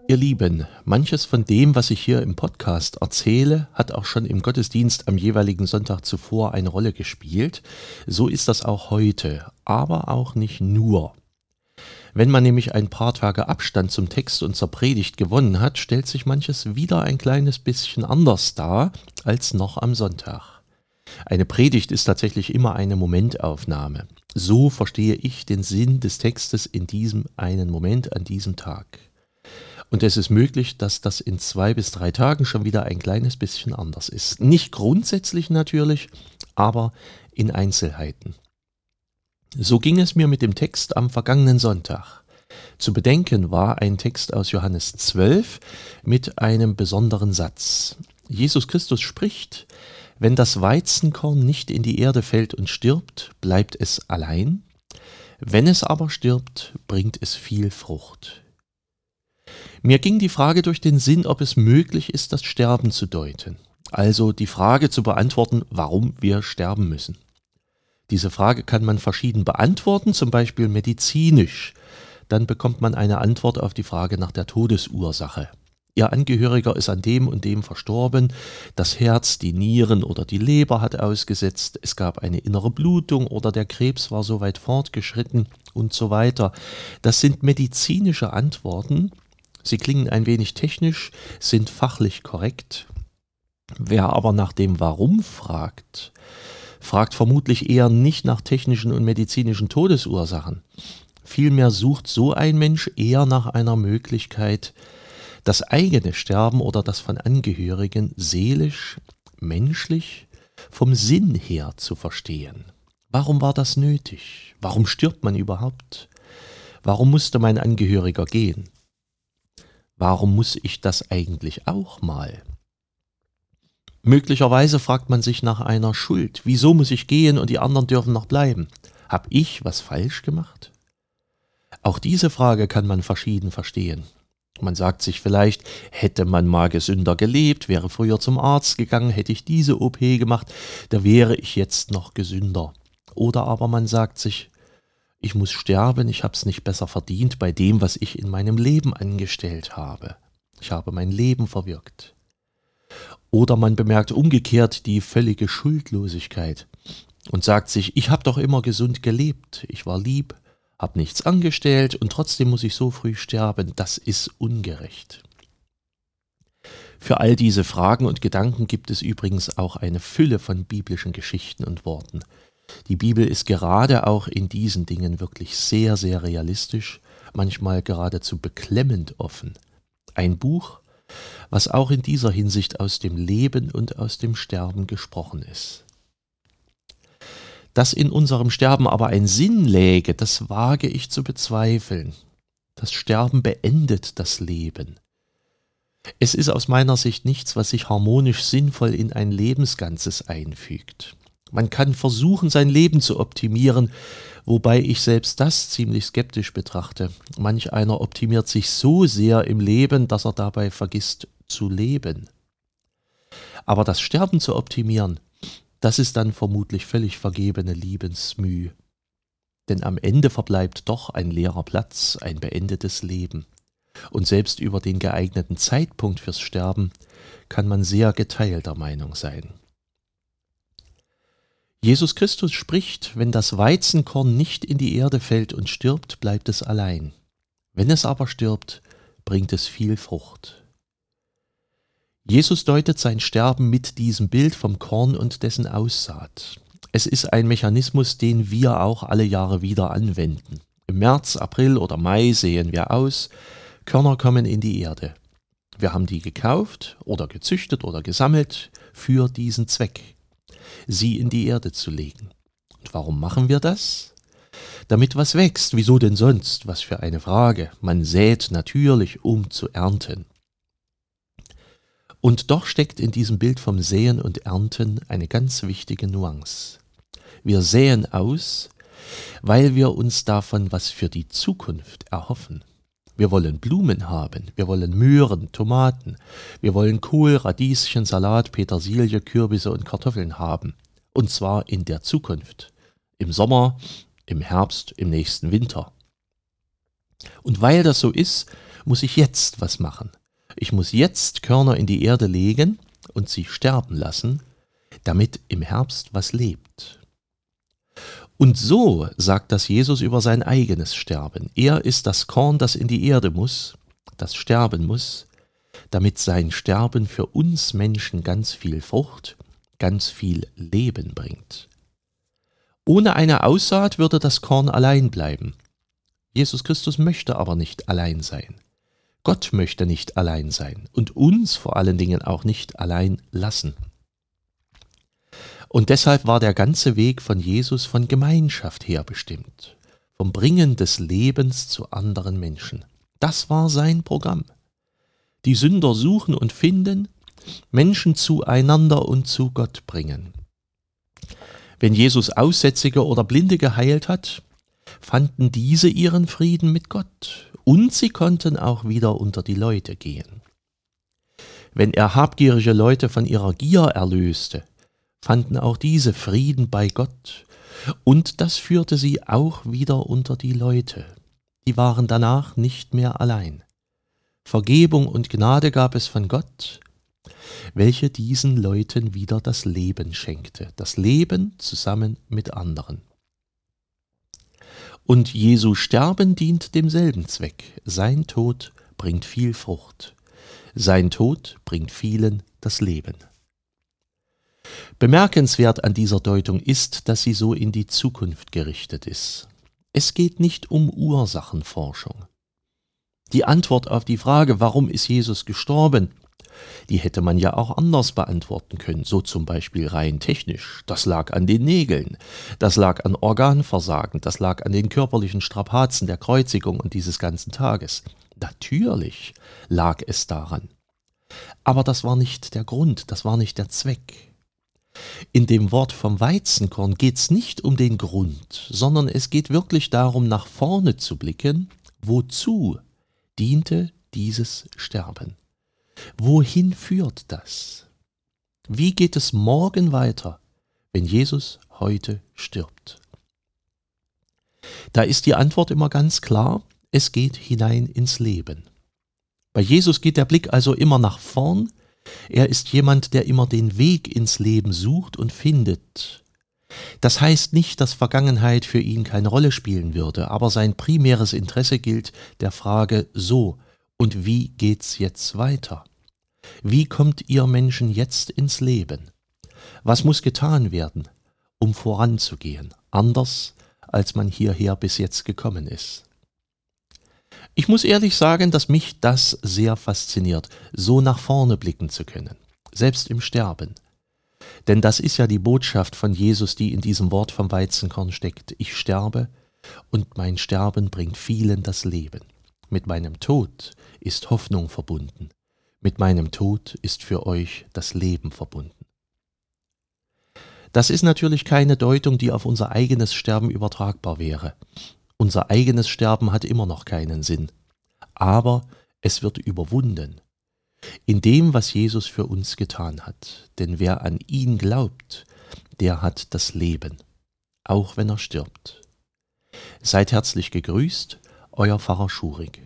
Ihr Lieben, manches von dem, was ich hier im Podcast erzähle, hat auch schon im Gottesdienst am jeweiligen Sonntag zuvor eine Rolle gespielt. So ist das auch heute, aber auch nicht nur. Wenn man nämlich ein paar Tage Abstand zum Text und zur Predigt gewonnen hat, stellt sich manches wieder ein kleines bisschen anders dar als noch am Sonntag. Eine Predigt ist tatsächlich immer eine Momentaufnahme. So verstehe ich den Sinn des Textes in diesem einen Moment an diesem Tag. Und es ist möglich, dass das in 2 bis 3 Tagen schon wieder ein kleines bisschen anders ist. Nicht grundsätzlich natürlich, aber in Einzelheiten. So ging es mir mit dem Text am vergangenen Sonntag. Zu bedenken war ein Text aus Johannes 12 mit einem besonderen Satz. Jesus Christus spricht: Wenn das Weizenkorn nicht in die Erde fällt und stirbt, bleibt es allein. Wenn es aber stirbt, bringt es viel Frucht. Mir ging die Frage durch den Sinn, ob es möglich ist, das Sterben zu deuten. Also die Frage zu beantworten, warum wir sterben müssen. Diese Frage kann man verschieden beantworten, zum Beispiel medizinisch. Dann bekommt man eine Antwort auf die Frage nach der Todesursache. Ihr Angehöriger ist an dem und dem verstorben, das Herz, die Nieren oder die Leber hat ausgesetzt, es gab eine innere Blutung oder der Krebs war so weit fortgeschritten und so weiter. Das sind medizinische Antworten. Sie klingen ein wenig technisch, sind fachlich korrekt. Wer aber nach dem Warum fragt, fragt vermutlich eher nicht nach technischen und medizinischen Todesursachen. Vielmehr sucht so ein Mensch eher nach einer Möglichkeit, das eigene Sterben oder das von Angehörigen seelisch, menschlich, vom Sinn her zu verstehen. Warum war das nötig? Warum stirbt man überhaupt? Warum musste mein Angehöriger gehen? Warum muss ich das eigentlich auch mal? Möglicherweise fragt man sich nach einer Schuld. Wieso muss ich gehen und die anderen dürfen noch bleiben? Hab ich was falsch gemacht? Auch diese Frage kann man verschieden verstehen. Man sagt sich vielleicht, hätte man mal gesünder gelebt, wäre früher zum Arzt gegangen, hätte ich diese OP gemacht, da wäre ich jetzt noch gesünder. Oder aber man sagt sich, ich muss sterben, ich habe es nicht besser verdient bei dem, was ich in meinem Leben angestellt habe. Ich habe mein Leben verwirkt. Oder man bemerkt umgekehrt die völlige Schuldlosigkeit und sagt sich, ich habe doch immer gesund gelebt, ich war lieb, habe nichts angestellt und trotzdem muss ich so früh sterben, das ist ungerecht. Für all diese Fragen und Gedanken gibt es übrigens auch eine Fülle von biblischen Geschichten und Worten. Die Bibel ist gerade auch in diesen Dingen wirklich sehr, sehr realistisch, manchmal geradezu beklemmend offen. Ein Buch, was auch in dieser Hinsicht aus dem Leben und aus dem Sterben gesprochen ist. Dass in unserem Sterben aber ein Sinn läge, das wage ich zu bezweifeln. Das Sterben beendet das Leben. Es ist aus meiner Sicht nichts, was sich harmonisch sinnvoll in ein Lebensganzes einfügt. Man kann versuchen, sein Leben zu optimieren, wobei ich selbst das ziemlich skeptisch betrachte. Manch einer optimiert sich so sehr im Leben, dass er dabei vergisst zu leben. Aber das Sterben zu optimieren, das ist dann vermutlich völlig vergebene Liebensmüh. Denn am Ende verbleibt doch ein leerer Platz, ein beendetes Leben. Und selbst über den geeigneten Zeitpunkt fürs Sterben kann man sehr geteilter Meinung sein. Jesus Christus spricht, wenn das Weizenkorn nicht in die Erde fällt und stirbt, bleibt es allein. Wenn es aber stirbt, bringt es viel Frucht. Jesus deutet sein Sterben mit diesem Bild vom Korn und dessen Aussaat. Es ist ein Mechanismus, den wir auch alle Jahre wieder anwenden. Im März, April oder Mai säen wir aus, Körner kommen in die Erde. Wir haben die gekauft oder gezüchtet oder gesammelt für diesen Zweck, sie in die Erde zu legen. Und warum machen wir das? Damit was wächst. Wieso denn sonst? Was für eine Frage. Man sät natürlich, um zu ernten. Und doch steckt in diesem Bild vom Säen und Ernten eine ganz wichtige Nuance. Wir säen aus, weil wir uns davon was für die Zukunft erhoffen. Wir wollen Blumen haben, wir wollen Möhren, Tomaten, wir wollen Kohl, Radieschen, Salat, Petersilie, Kürbisse und Kartoffeln haben. Und zwar in der Zukunft. Im Sommer, im Herbst, im nächsten Winter. Und weil das so ist, muss ich jetzt was machen. Ich muss jetzt Körner in die Erde legen und sie sterben lassen, damit im Herbst was lebt. Und so sagt das Jesus über sein eigenes Sterben. Er ist das Korn, das in die Erde muss, das sterben muss, damit sein Sterben für uns Menschen ganz viel Frucht, ganz viel Leben bringt. Ohne eine Aussaat würde das Korn allein bleiben. Jesus Christus möchte aber nicht allein sein. Gott möchte nicht allein sein und uns vor allen Dingen auch nicht allein lassen. Und deshalb war der ganze Weg von Jesus von Gemeinschaft her bestimmt, vom Bringen des Lebens zu anderen Menschen. Das war sein Programm. Die Sünder suchen und finden, Menschen zueinander und zu Gott bringen. Wenn Jesus Aussätzige oder Blinde geheilt hat, fanden diese ihren Frieden mit Gott und sie konnten auch wieder unter die Leute gehen. Wenn er habgierige Leute von ihrer Gier erlöste, fanden auch diese Frieden bei Gott und das führte sie auch wieder unter die Leute. Die waren danach nicht mehr allein. Vergebung und Gnade gab es von Gott, welche diesen Leuten wieder das Leben schenkte, das Leben zusammen mit anderen. Und Jesu Sterben dient demselben Zweck. Sein Tod bringt viel Frucht. Sein Tod bringt vielen das Leben. Bemerkenswert an dieser Deutung ist, dass sie so in die Zukunft gerichtet ist. Es geht nicht um Ursachenforschung. Die Antwort auf die Frage, warum ist Jesus gestorben, die hätte man ja auch anders beantworten können, so zum Beispiel rein technisch. Das lag an den Nägeln, das lag an Organversagen, das lag an den körperlichen Strapazen der Kreuzigung und dieses ganzen Tages. Natürlich lag es daran. Aber das war nicht der Grund, das war nicht der Zweck. In dem Wort vom Weizenkorn geht es nicht um den Grund, sondern es geht wirklich darum, nach vorne zu blicken, wozu diente dieses Sterben? Wohin führt das? Wie geht es morgen weiter, wenn Jesus heute stirbt? Da ist die Antwort immer ganz klar, es geht hinein ins Leben. Bei Jesus geht der Blick also immer nach vorn. Er ist jemand, der immer den Weg ins Leben sucht und findet. Das heißt nicht, dass Vergangenheit für ihn keine Rolle spielen würde, aber sein primäres Interesse gilt der Frage so, und wie geht's jetzt weiter? Wie kommt ihr Menschen jetzt ins Leben? Was muss getan werden, um voranzugehen, anders als man hierher bis jetzt gekommen ist? Ich muss ehrlich sagen, dass mich das sehr fasziniert, so nach vorne blicken zu können, selbst im Sterben. Denn das ist ja die Botschaft von Jesus, die in diesem Wort vom Weizenkorn steckt. Ich sterbe und mein Sterben bringt vielen das Leben. Mit meinem Tod ist Hoffnung verbunden. Mit meinem Tod ist für euch das Leben verbunden. Das ist natürlich keine Deutung, die auf unser eigenes Sterben übertragbar wäre. Unser eigenes Sterben hat immer noch keinen Sinn. Aber es wird überwunden in dem, was Jesus für uns getan hat. Denn wer an ihn glaubt, der hat das Leben, auch wenn er stirbt. Seid herzlich gegrüßt, euer Pfarrer Schurig.